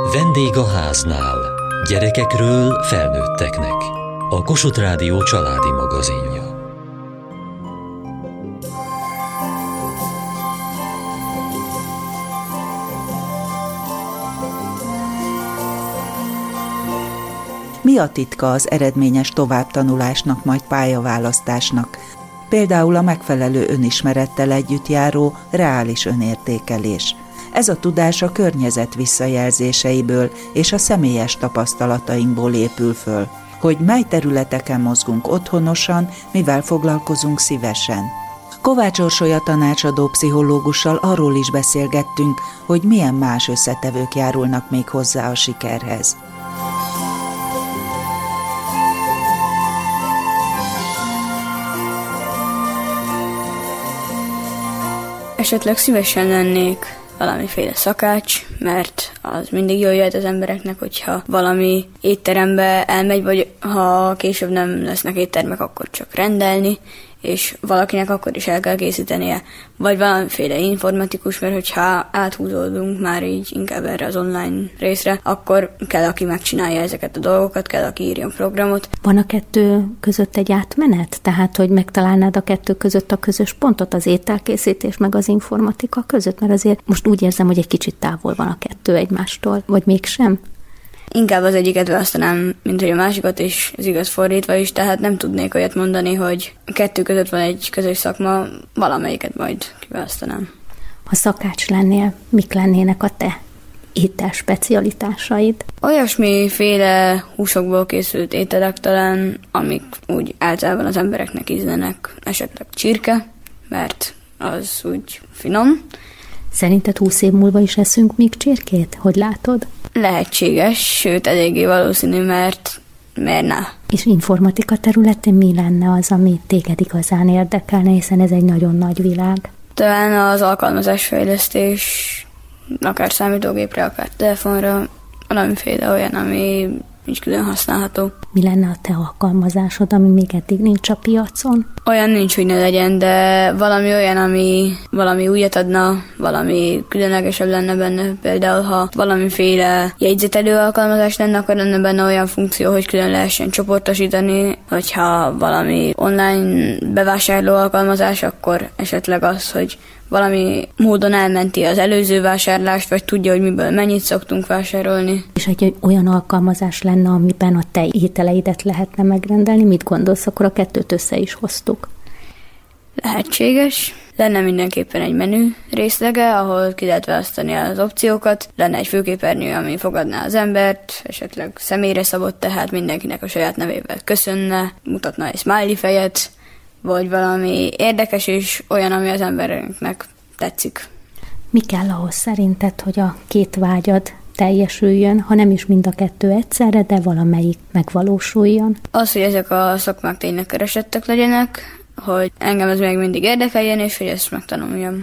Vendég a háznál. Gyerekekről felnőtteknek. A Kossuth Rádió családi magazinja. Mi a titka az eredményes továbbtanulásnak, majd pályaválasztásnak? Például a megfelelő önismerettel együtt járó reális önértékelés. Ez a tudás a környezet visszajelzéseiből és a személyes tapasztalatainkból épül föl, hogy mely területeken mozgunk otthonosan, mivel foglalkozunk szívesen. Kovács Orsolya tanácsadó pszichológussal arról is beszélgettünk, hogy milyen más összetevők járulnak még hozzá a sikerhez. Esetleg szívesen lennék valamiféle szakács, mert az mindig jól jöhet az embereknek, hogyha valami étterembe elmegy, vagy ha később nem lesznek éttermek, akkor csak rendelni, és valakinek akkor is el kell készítenie, vagy valamiféle informatikus, mert hogyha áthúzódunk már így inkább erre az online részre, akkor kell, aki megcsinálja ezeket a dolgokat, kell, aki írjon programot. Van a kettő között egy átmenet? Tehát, hogy megtalálnád a kettő között a közös pontot, az ételkészítés meg az informatika között? Mert azért most úgy érzem, hogy egy kicsit távol van a kettő egymástól, vagy mégsem? Inkább az egyiket választanám, mint hogy a másikat, és ez igaz fordítva is, tehát nem tudnék olyat mondani, hogy a kettő között van egy közös szakma, valamelyiket majd kiválasztanám. Ha szakács lennél, mik lennének a te étel specialitásaid? Olyasmiféle húsokból készült ételek talán, amik úgy általában az embereknek ízlenek, esetleg csirke, mert az úgy finom. Szerinted 20 év múlva is eszünk még csirkét? Hogy látod? Lehetséges, sőt eléggé valószínű, mert miért ne? És informatika területén mi lenne az, ami téged igazán érdekelne, hiszen ez egy nagyon nagy világ? Talán az alkalmazásfejlesztés, akár számítógépre, akár telefonra, valamiféle olyan, ami nincs külön használható. Mi lenne a te alkalmazásod, ami még eddig nincs a piacon? Olyan nincs, hogy ne legyen, de valami olyan, ami valami újat adna, valami különlegesebb lenne benne. Például, ha valamiféle jegyzetelő alkalmazás lenne, akkor lenne benne olyan funkció, hogy külön lehessen csoportosítani, hogyha valami online bevásárló alkalmazás, akkor esetleg az, hogy valami módon elmenti az előző vásárlást, vagy tudja, hogy miből mennyit szoktunk vásárolni. És egy olyan alkalmazás lenne, amiben a te ételeidet lehetne megrendelni, mit gondolsz, akkor a kettőt össze is hoztuk? Lehetséges. Lenne mindenképpen egy menü részlege, ahol ki lehet választani az opciókat. Lenne egy főképernyő, ami fogadná az embert, esetleg személyre szabott, tehát mindenkinek a saját nevével köszönne, mutatna egy smiley fejet, vagy valami érdekes és olyan, ami az embereknek tetszik. Mi kell ahhoz szerinted, hogy a két vágyad teljesüljön, ha nem is mind a kettő egyszerre, de valamelyik megvalósuljon? Az, hogy ezek a szakmák tényleg keresettek legyenek, hogy engem ez még mindig érdekeljen, és hogy ezt megtanuljam.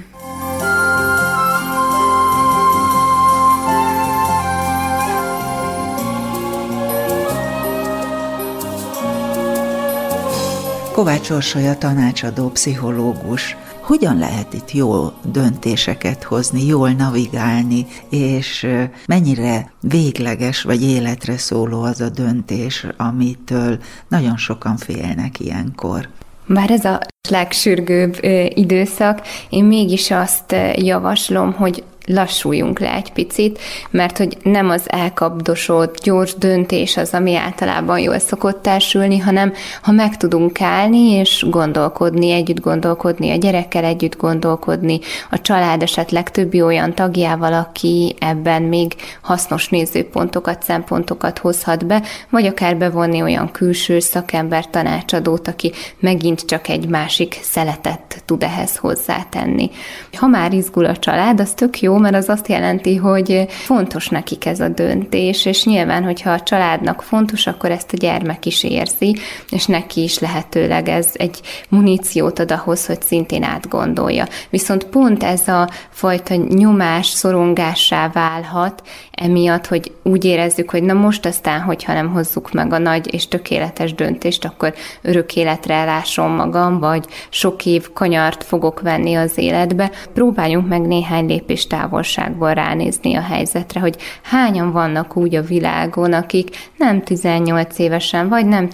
Kovács Orsolya tanácsadó pszichológus. Hogyan lehet itt jó döntéseket hozni, jól navigálni, és mennyire végleges vagy életre szóló az a döntés, amitől nagyon sokan félnek ilyenkor? Bár ez a legsürgőbb időszak, én mégis azt javaslom, hogy lassuljunk le egy picit, mert hogy nem az elkapdosott, gyors döntés az, ami általában jól szokott társülni, hanem ha meg tudunk állni és gondolkodni, együtt gondolkodni, a gyerekkel együtt gondolkodni, a család esetleg többi olyan tagjával, aki ebben még hasznos nézőpontokat, szempontokat hozhat be, vagy akár bevonni olyan külső szakember tanácsadót, aki megint csak egy másik szeletet tud ehhez hozzátenni. Ha már izgul a család, az tök jó, mert az azt jelenti, hogy fontos nekik ez a döntés, és nyilván, hogyha a családnak fontos, akkor ezt a gyermek is érzi, és neki is lehetőleg ez egy muníciót ad ahhoz, hogy szintén átgondolja. Viszont pont ez a fajta nyomás, szorongássá válhat, emiatt, hogy úgy érezzük, hogy na most aztán, hogyha nem hozzuk meg a nagy és tökéletes döntést, akkor örök életre elásom magam, vagy sok év kanyart fogok venni az életbe. Próbáljunk meg néhány lépést távolságból ránézni a helyzetre, hogy hányan vannak úgy a világon, akik nem 18 évesen, vagy nem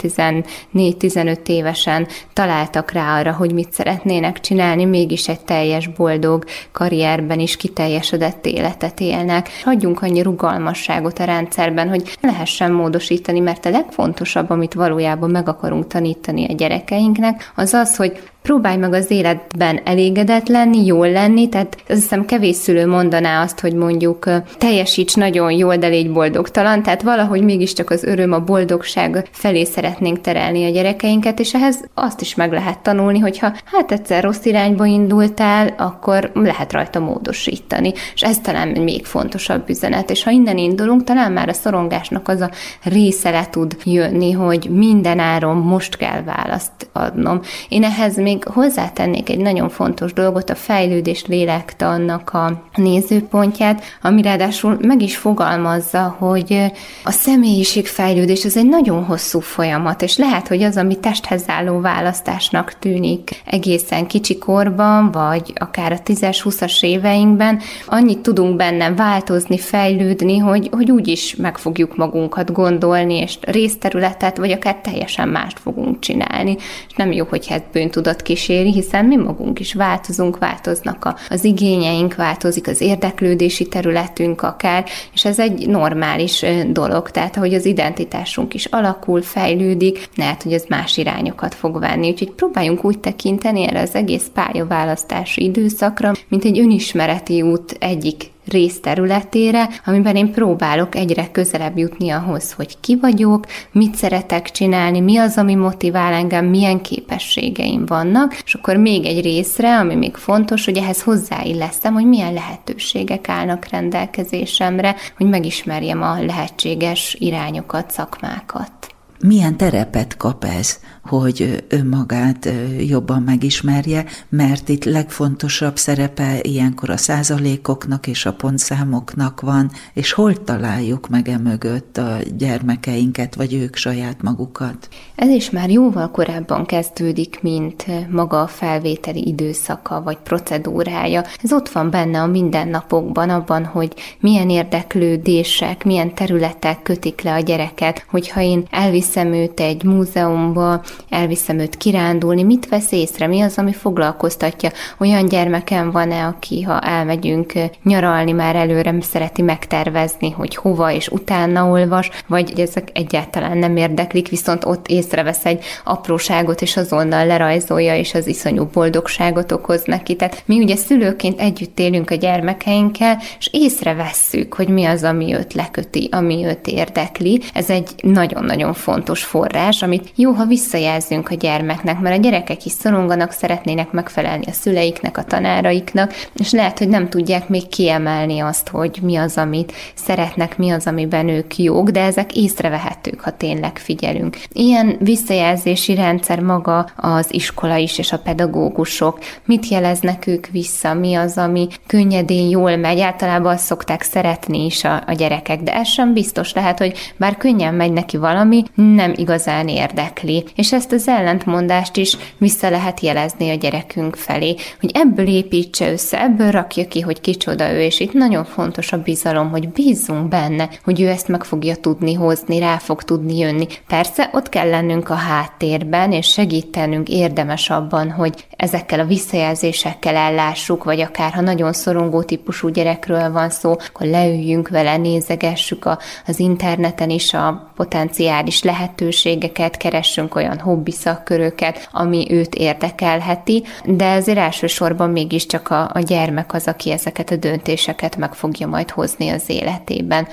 14-15 évesen találtak rá arra, hogy mit szeretnének csinálni, mégis egy teljes boldog karrierben is kiteljesedett életet élnek. Hagyjunk annyi rugalmasságot a rendszerben, hogy lehessen módosítani, mert a legfontosabb, amit valójában meg akarunk tanítani a gyerekeinknek, az az, hogy próbálj meg az életben elégedett lenni, jól lenni, tehát azt hiszem kevés szülő mondaná azt, hogy mondjuk teljesíts nagyon jól, de légy boldogtalan, tehát valahogy mégiscsak az öröm, a boldogság felé szeretnénk terelni a gyerekeinket, és ehhez azt is meg lehet tanulni, hogyha egyszer rossz irányba indultál, akkor lehet rajta módosítani, és ez talán még fontosabb üzenet, és ha innen indulunk, talán már a szorongásnak az a része le tud jönni, hogy minden áron most kell választ adnom. Én ehhez még hozzátennék egy nagyon fontos dolgot, a fejlődés lélektannak a nézőpontját, ami ráadásul meg is fogalmazza, hogy a személyiségfejlődés az egy nagyon hosszú folyamat, és lehet, hogy az, ami testhez álló választásnak tűnik egészen kicsi korban, vagy akár a 10-20-as éveinkben, annyit tudunk benne változni, fejlődni, hogy úgy is meg fogjuk magunkat gondolni, és részterületet, vagy akár teljesen mást fogunk csinálni. És nem jó, hogy ezt bűntudat kíséri, hiszen mi magunk is változunk, változnak az igényeink, változik az érdeklődési területünk akár, és ez egy normális dolog, tehát ahogy az identitásunk is alakul, fejlődik, lehet, hogy ez más irányokat fog venni, úgyhogy próbáljunk úgy tekinteni erre az egész pályaválasztási időszakra, mint egy önismereti út egyik részterületére, amiben én próbálok egyre közelebb jutni ahhoz, hogy ki vagyok, mit szeretek csinálni, mi az, ami motivál engem, milyen képességeim vannak, és akkor még egy részre, ami még fontos, hogy ehhez hozzáillesztem, hogy milyen lehetőségek állnak rendelkezésemre, hogy megismerjem a lehetséges irányokat, szakmákat. Milyen terepet kap ez, hogy önmagát jobban megismerje, mert itt legfontosabb szerepe ilyenkor a százalékoknak és a pontszámoknak van, és hol találjuk meg emögött a gyermekeinket, vagy ők saját magukat? Ez is már jóval korábban kezdődik, mint maga a felvételi időszaka, vagy procedúrája. Ez ott van benne a mindennapokban, abban, hogy milyen érdeklődések, milyen területek kötik le a gyereket, hogyha én elviszem őt egy múzeumba, elviszem őt kirándulni, mit vesz észre, mi az, ami foglalkoztatja. Olyan gyermekem van-e, aki, ha elmegyünk nyaralni, már előre szereti megtervezni, hogy hova, és utána olvas, vagy ezek egyáltalán nem érdeklik, viszont ott észrevesz egy apróságot, és azonnal lerajzolja, és az iszonyú boldogságot okoz neki. Tehát mi ugye szülőként együtt élünk a gyermekeinkkel, és észrevesszük, hogy mi az, ami őt leköti, ami őt érdekli. Ez egy nagyon-nagyon fontos forrás, amit jó, ha visszajelzünk a gyermeknek, mert a gyerekek is szoronganak, szeretnének megfelelni a szüleiknek, a tanáraiknak, és lehet, hogy nem tudják még kiemelni azt, hogy mi az, amit szeretnek, mi az, amiben ők jók, de ezek észrevehetők, ha tényleg figyelünk. Ilyen visszajelzési rendszer maga az iskola is, és a pedagógusok. Mit jeleznek ők vissza, mi az, ami könnyedén jól megy, általában azt szokták szeretni is a gyerekek, de ez sem biztos, lehet, hogy bár könnyen megy neki valami, nem igazán érdekli. És ezt az ellentmondást is vissza lehet jelezni a gyerekünk felé, hogy ebből építse össze, ebből rakja ki, hogy kicsoda ő, és itt nagyon fontos a bizalom, hogy bízzunk benne, hogy ő ezt meg fogja tudni hozni, rá fog tudni jönni. Persze ott kell lennünk a háttérben, és segítenünk érdemes abban, hogy ezekkel a visszajelzésekkel ellássuk, vagy akár ha nagyon szorongó típusú gyerekről van szó, akkor leüljünk vele, nézegessük az interneten is a potenciális lehetőségeket, keressünk olyan hobbi szakköröket, ami őt érdekelheti, de ezért elsősorban mégiscsak a gyermek az, aki ezeket a döntéseket meg fogja majd hozni az életében.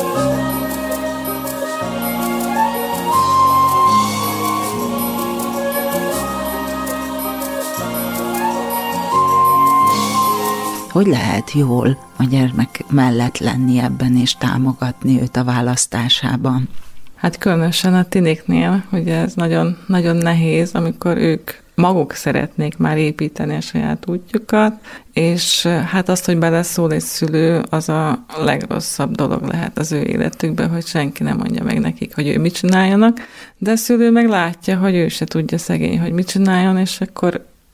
Hogy lehet jól a gyermek mellett lenni ebben, és támogatni őt a választásában? Hát különösen a tinéknél, ugye ez nagyon, nagyon nehéz, amikor ők maguk szeretnék már építeni a saját útjukat, és hát azt, hogy beleszól egy szülő, az a legrosszabb dolog lehet az ő életükben, hogy senki nem mondja meg nekik, hogy ő mit csináljanak, de a szülő meg látja, hogy ő se tudja szegény, hogy mit csináljon, és akkor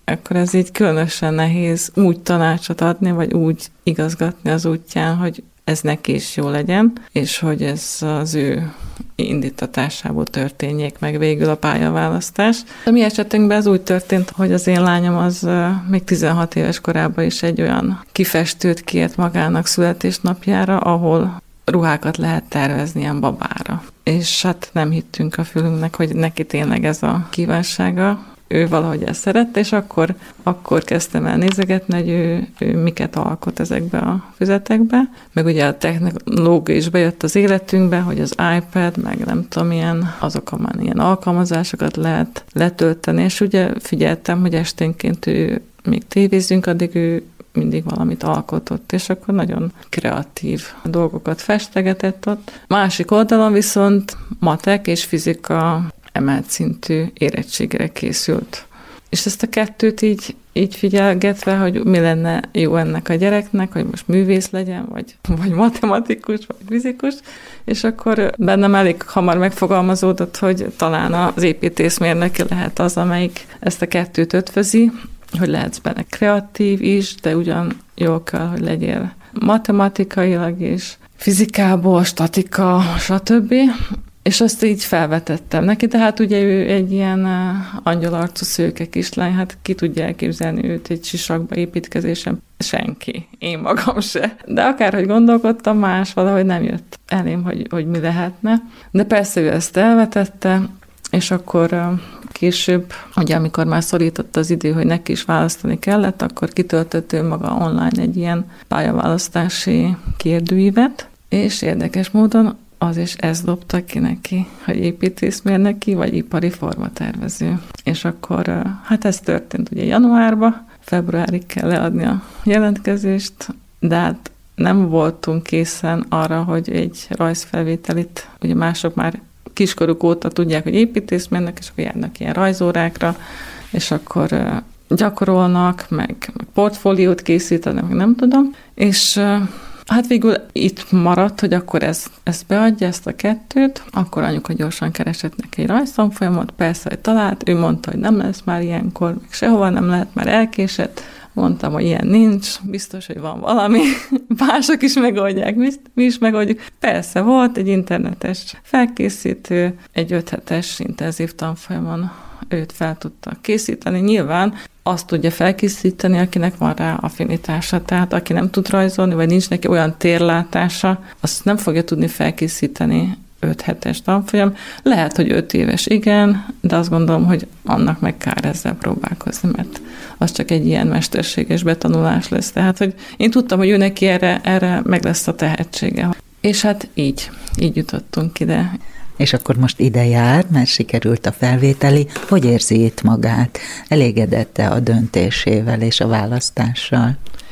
akkor ez így különösen nehéz úgy tanácsot adni, vagy úgy igazgatni az útján, hogy ez neki is jó legyen, és hogy ez az ő indítatásából történjék meg végül a pályaválasztás. A mi esetünkben ez úgy történt, hogy az én lányom az még 16 éves korában is egy olyan kifestőt kért magának születésnapjára, ahol ruhákat lehet tervezni ilyen babára. És hát nem hittünk a fülünknek, hogy neki tényleg ez a kívánsága. Ő valahogy ezt szerette, és akkor kezdtem el nézegetni, hogy ő miket alkot ezekbe a füzetekbe. Meg ugye a technológia is bejött az életünkbe, hogy az iPad, meg nem tudom, azokon már ilyen alkalmazásokat lehet letölteni, és ugye figyeltem, hogy esténként ő még tévézünk, addig ő mindig valamit alkotott, és akkor nagyon kreatív dolgokat festegetett ott. Másik oldalon viszont matek és fizika emelt szintű érettségre készült. És ezt a kettőt így figyelgetve, hogy mi lenne jó ennek a gyereknek, hogy most művész legyen, vagy matematikus, vagy fizikus, és akkor bennem elég hamar megfogalmazódott, hogy talán az építészmérnöki lehet az, amelyik ezt a kettőt ötvözi, hogy lehetsz benne kreatív is, de ugyan jól kell, hogy legyél matematikailag is, fizikából, statika, stb., és azt így felvetettem neki, de hát ugye ő egy ilyen angyalarcú szőke kislány, hát ki tudja elképzelni őt egy sisakba építkezésen? Senki. Én magam se. De akárhogy gondolkodtam, más valahogy nem jött elém, hogy mi lehetne. De persze ő ezt elvetette, és akkor később, ugye amikor már szorított az idő, hogy neki is választani kellett, akkor kitöltött ő maga online egy ilyen pályaválasztási kérdőívet, és érdekes módon az is ezt dobta ki neki, hogy építészmérnöki vagy ipari formatervező. És akkor, hát ez történt ugye januárban, februárig kell leadni a jelentkezést, de hát nem voltunk készen arra, hogy egy rajzfelvételit, ugye mások már kiskoruk óta tudják, hogy építészmérnök, és akkor járnak ilyen rajzórákra, és akkor gyakorolnak, meg portfóliót készítenek, meg nem tudom, és hát végül itt maradt, hogy akkor ezt beadja, ezt a kettőt, akkor anyuka gyorsan keresett neki egy rajztanfolyamot, persze, hogy talált, ő mondta, hogy nem lesz már ilyenkor, meg sehova nem lehet, már elkésett, mondtam, hogy ilyen nincs, biztos, hogy van valami, mások is megoldják, mi is megoldjuk. Persze volt egy internetes felkészítő, egy 5 hetes intenzív tanfolyamon őt fel tudta készíteni. Nyilván azt tudja felkészíteni, akinek van rá affinitása. Tehát aki nem tud rajzolni, vagy nincs neki olyan térlátása, azt nem fogja tudni felkészíteni 5 hetes tanfolyam. Lehet, hogy 5 éves igen, de azt gondolom, hogy annak meg kár ezzel próbálkozni, mert az csak egy ilyen mesterséges betanulás lesz. Tehát, hogy én tudtam, hogy ő neki erre meg lesz a tehetsége. És hát így jutottunk ide. És akkor most ide jár, mert sikerült a felvételi. Hogy érzi itt magát? Elégedette a döntésével és a választással?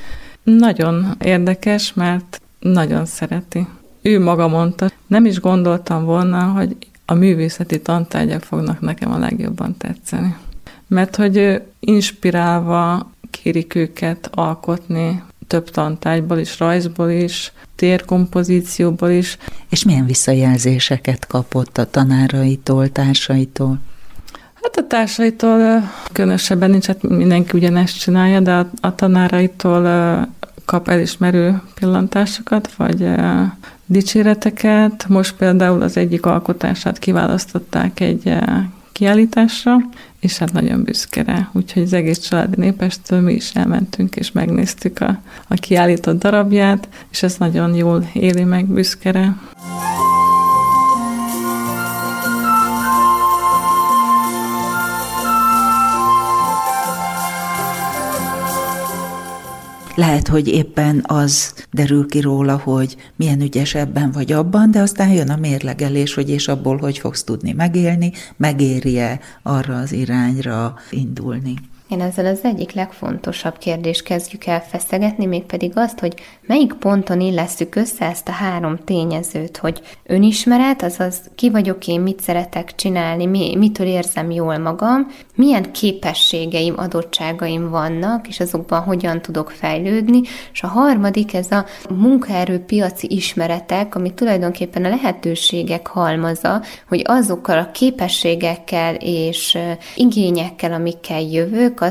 Nagyon érdekes, mert nagyon szereti. Ő maga mondta, nem is gondoltam volna, hogy a művészeti tantárgyak fognak nekem a legjobban tetszeni. Mert hogy inspirálva kérik őket alkotni több tantárgyból is, rajzból is, térkompozícióból is. És milyen visszajelzéseket kapott a tanáraitól, társaitól? Hát a társaitól különösebben nincs, hát mindenki ugyanezt csinálja, de a tanáraitól kap elismerő pillantásokat, vagy dicséreteket. Most például az egyik alkotását kiválasztották egy kiállításra, és hát nagyon büszke rá. Úgyhogy az egész családi népestől mi is elmentünk, és megnéztük a kiállított darabját, és ez nagyon jól éli meg, büszke rá. Lehet, hogy éppen az derül ki róla, hogy milyen ügyes ebben vagy abban, de aztán jön a mérlegelés, hogy és abból hogy fogsz tudni megélni, megéri-e arra az irányra indulni. Én ezzel az egyik legfontosabb kérdést kezdjük el feszegetni, mégpedig azt, hogy melyik ponton illesszük össze ezt a 3 tényezőt, hogy önismeret, azaz ki vagyok én, mit szeretek csinálni, mitől érzem jól magam, milyen képességeim, adottságaim vannak, és azokban hogyan tudok fejlődni, és a harmadik ez a munkaerőpiaci ismeretek, ami tulajdonképpen a lehetőségek halmaza, hogy azokkal a képességekkel és igényekkel, amikkel jövök, azt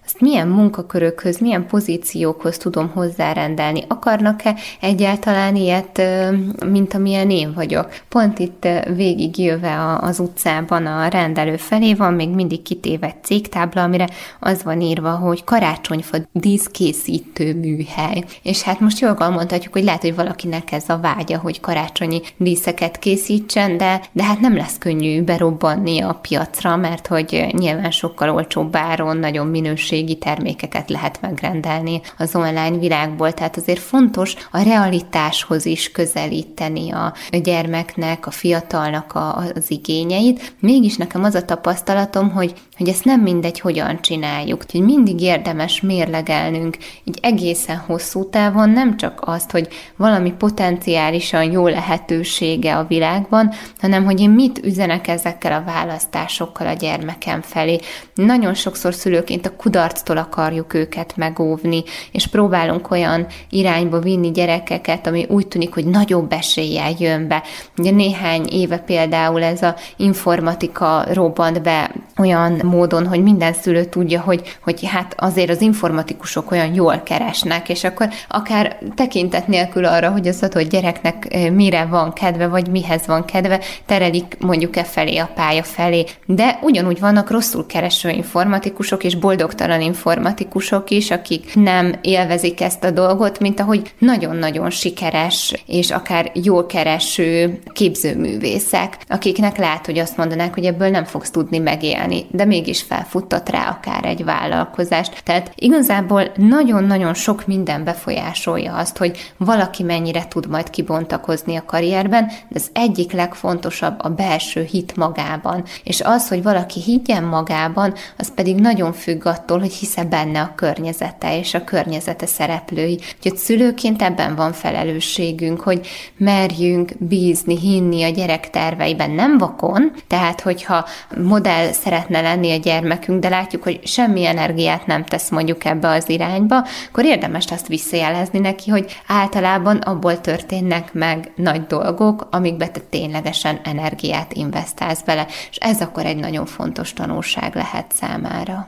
azt milyen munkakörökhöz, milyen pozíciókhoz tudom hozzárendelni. Akarnak-e egyáltalán ilyet, mint amilyen én vagyok? Pont itt végigjöve az utcában a rendelő felé van még mindig kitéve cégtábla, amire az van írva, hogy karácsonyfa díszkészítő műhely. És hát most jól mondhatjuk, hogy lehet, hogy valakinek ez a vágya, hogy karácsonyi díszeket készítsen, de hát nem lesz könnyű berobbanni a piacra, mert hogy nyilván sokkal olcsóbb áron nagyon minőségi termékeket lehet megrendelni az online világból. Tehát azért fontos a realitáshoz is közelíteni a gyermeknek, a fiatalnak az igényeit. Mégis nekem az a tapasztalatom, hogy ezt nem mindegy, hogyan csináljuk. Hogy mindig érdemes mérlegelnünk így egészen hosszú távon, nem csak azt, hogy valami potenciálisan jó lehetősége a világban, hanem hogy én mit üzenek ezekkel a választásokkal a gyermekem felé. Nagyon sokszor szülőként a kudarctól akarjuk őket megóvni, és próbálunk olyan irányba vinni gyerekeket, ami úgy tűnik, hogy nagyobb eséllyel jön be. Ugye néhány éve például ez a informatika robbant be olyan módon, hogy minden szülő tudja, hogy hát azért az informatikusok olyan jól keresnek, és akkor akár tekintet nélkül arra, hogy az adott gyereknek mire van kedve, vagy mihez van kedve, terelik mondjuk felé a pálya felé. De ugyanúgy vannak rosszul kereső informatikusok és boldogtalan informatikusok is, akik nem élvezik ezt a dolgot, mint ahogy nagyon-nagyon sikeres és akár jól kereső képzőművészek, akiknek lehet, hogy azt mondanák, hogy ebből nem fogsz tudni megélni, de mégis felfuttat rá akár egy vállalkozást. Tehát igazából nagyon-nagyon sok minden befolyásolja azt, hogy valaki mennyire tud majd kibontakozni a karrierben, de az egyik legfontosabb a belső hit magában. És az, hogy valaki higgyen magában, az pedig nagyon függ attól, hogy hisz-e benne a környezete és a környezete szereplői. Úgyhogy szülőként ebben van felelősségünk, hogy merjünk bízni, hinni a gyerek terveiben, nem vakon, tehát hogyha modell szeretne lenni a gyermekünk, de látjuk, hogy semmi energiát nem tesz mondjuk ebbe az irányba, akkor érdemes azt visszajelezni neki, hogy általában abból történnek meg nagy dolgok, amikbe te ténylegesen energiát investálsz bele, és ez akkor egy nagyon fontos tanulság lehet számára.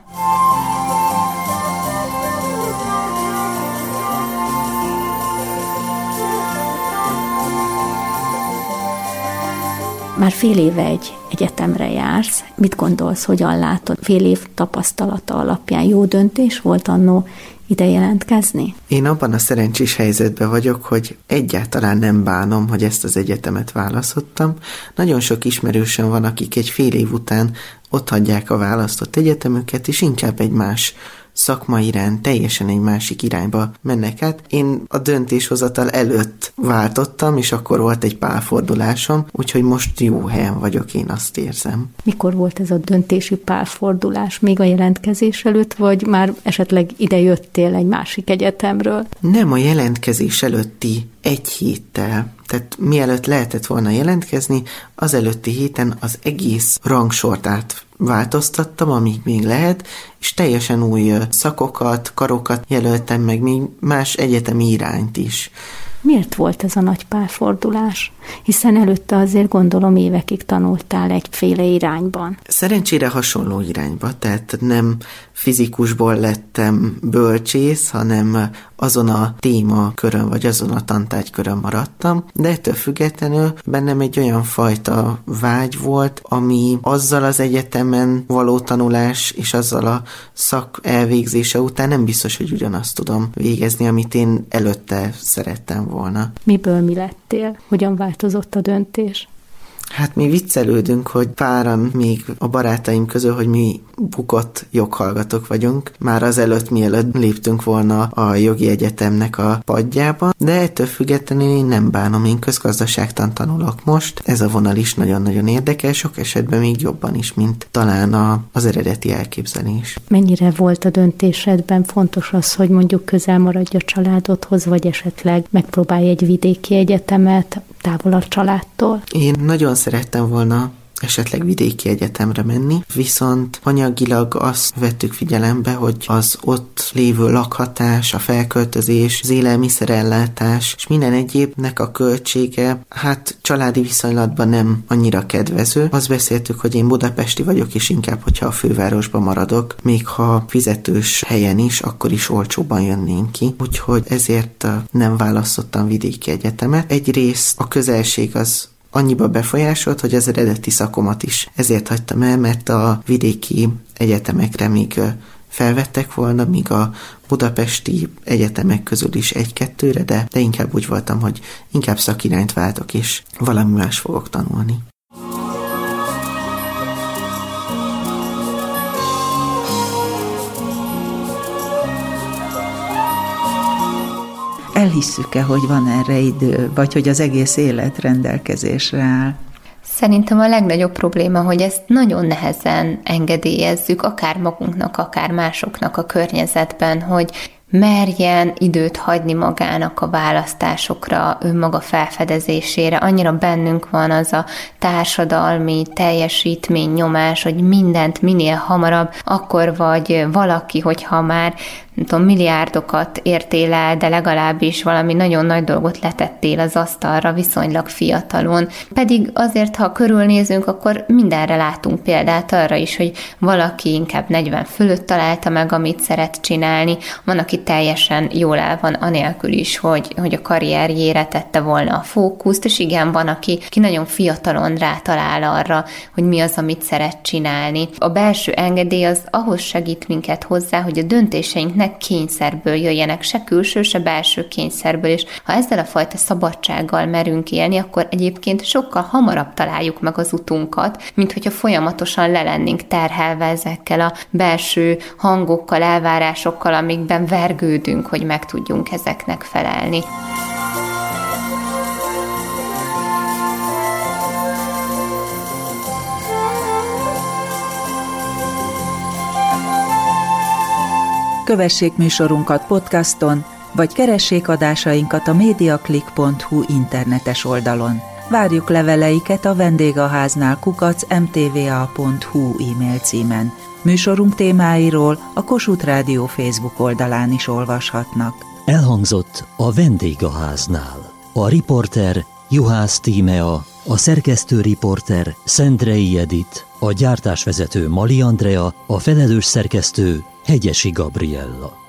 Már fél éve egy egyetemre jársz. Mit gondolsz, hogyan látod? Fél év tapasztalata alapján jó döntés volt annó ide jelentkezni? Én abban a szerencsés helyzetben vagyok, hogy egyáltalán nem bánom, hogy ezt az egyetemet választottam. Nagyon sok ismerősöm van, akik egy fél év után otthagyják a választott egyetemüket, és inkább egy más szakma iránt, teljesen egy másik irányba mennek át. Én a döntéshozatal előtt váltottam, és akkor volt egy pálfordulásom, úgyhogy most jó helyen vagyok, én azt érzem. Mikor volt ez a döntési pálfordulás? Még a jelentkezés előtt, vagy már esetleg ide jöttél egy másik egyetemről? Nem, a jelentkezés előtti egy héttel. Tehát mielőtt lehetett volna jelentkezni, az előtti héten az egész rangsort átváltoztattam, amíg még lehet, és teljesen új szakokat, karokat jelöltem meg, még más egyetemi irányt is. Miért volt ez a nagy pálfordulás? Hiszen előtte azért gondolom évekig tanultál egyféle irányban. Szerencsére hasonló irányba, tehát nem fizikusból lettem bölcsész, hanem azon a témakörön, vagy azon a tantárgykörön maradtam, de ettől függetlenül bennem egy olyan fajta vágy volt, ami azzal az egyetemen való tanulás, és azzal a szak elvégzése után nem biztos, hogy ugyanazt tudom végezni, amit én előtte szerettem volna. Miből mi lettél? Hogyan változott a döntés? Hát mi viccelődünk, hogy páran még a barátaim közül, hogy mi bukott joghallgatók vagyunk, már azelőtt, mielőtt léptünk volna a jogi egyetemnek a padjába, de ettől függetlenül én nem bánom, én közgazdaságtan tanulok most. Ez a vonal is nagyon-nagyon érdekes, sok esetben még jobban is, mint talán az eredeti elképzelés. Mennyire volt a döntésedben fontos az, hogy mondjuk közel maradj a családodhoz, vagy esetleg megpróbálj egy vidéki egyetemet távol a családtól? Én nagyon szerettem volna esetleg vidéki egyetemre menni, viszont anyagilag azt vettük figyelembe, hogy az ott lévő lakhatás, a felköltözés, az élelmiszerellátás és minden egyébnek a költsége, hát családi viszonylatban nem annyira kedvező. Azt beszéltük, hogy én budapesti vagyok, és inkább, hogyha a fővárosban maradok, még ha fizetős helyen is, akkor is olcsóban jönnénk ki. Úgyhogy ezért nem választottam vidéki egyetemet. Egyrészt a közelség az annyiba befolyásolt, hogy az eredeti szakomat is ezért hagytam el, mert a vidéki egyetemekre még felvettek volna, míg a budapesti egyetemek közül is egy-kettőre, de inkább úgy voltam, hogy inkább szakirányt váltok, és valami más fogok tanulni. Elhisszük-e, hogy van erre idő, vagy hogy az egész élet rendelkezésre áll? Szerintem a legnagyobb probléma, hogy ezt nagyon nehezen engedélyezzük, akár magunknak, akár másoknak a környezetben, hogy merjen időt hagyni magának a választásokra, önmaga felfedezésére. Annyira bennünk van az a társadalmi teljesítmény nyomás, hogy mindent minél hamarabb, akkor vagy valaki, hogyha már milliárdokat értél el, de legalábbis valami nagyon nagy dolgot letettél az asztalra viszonylag fiatalon. Pedig azért, ha körülnézünk, akkor mindenre látunk példát arra is, hogy valaki inkább 40 fölött találta meg, amit szeret csinálni, van, aki teljesen jól el van anélkül is, hogy a karrierjére tette volna a fókuszt, és igen, van, aki nagyon fiatalon rátalál arra, hogy mi az, amit szeret csinálni. A belső engedély az ahhoz segít minket hozzá, hogy a döntéseink ne kényszerből jöjjenek, se külső, se belső kényszerből, és ha ezzel a fajta szabadsággal merünk élni, akkor egyébként sokkal hamarabb találjuk meg az utunkat, mint hogyha folyamatosan le lennénk terhelve ezekkel a belső hangokkal, elvárásokkal, amikben vergődünk, hogy meg tudjunk ezeknek felelni. Kövessék műsorunkat podcaston, vagy keressék adásainkat a mediaclick.hu internetes oldalon. Várjuk leveleiket a vendégháznál @mtva.hu e-mail címen. Műsorunk témáiról a Kossuth Rádió Facebook oldalán is olvashatnak. Elhangzott a vendégháznál. A riporter Juhász Tímea, a szerkesztő riporter Szendrei Edit, a gyártásvezető Mali Andrea, a felelős szerkesztő Hegyesi Gabriella.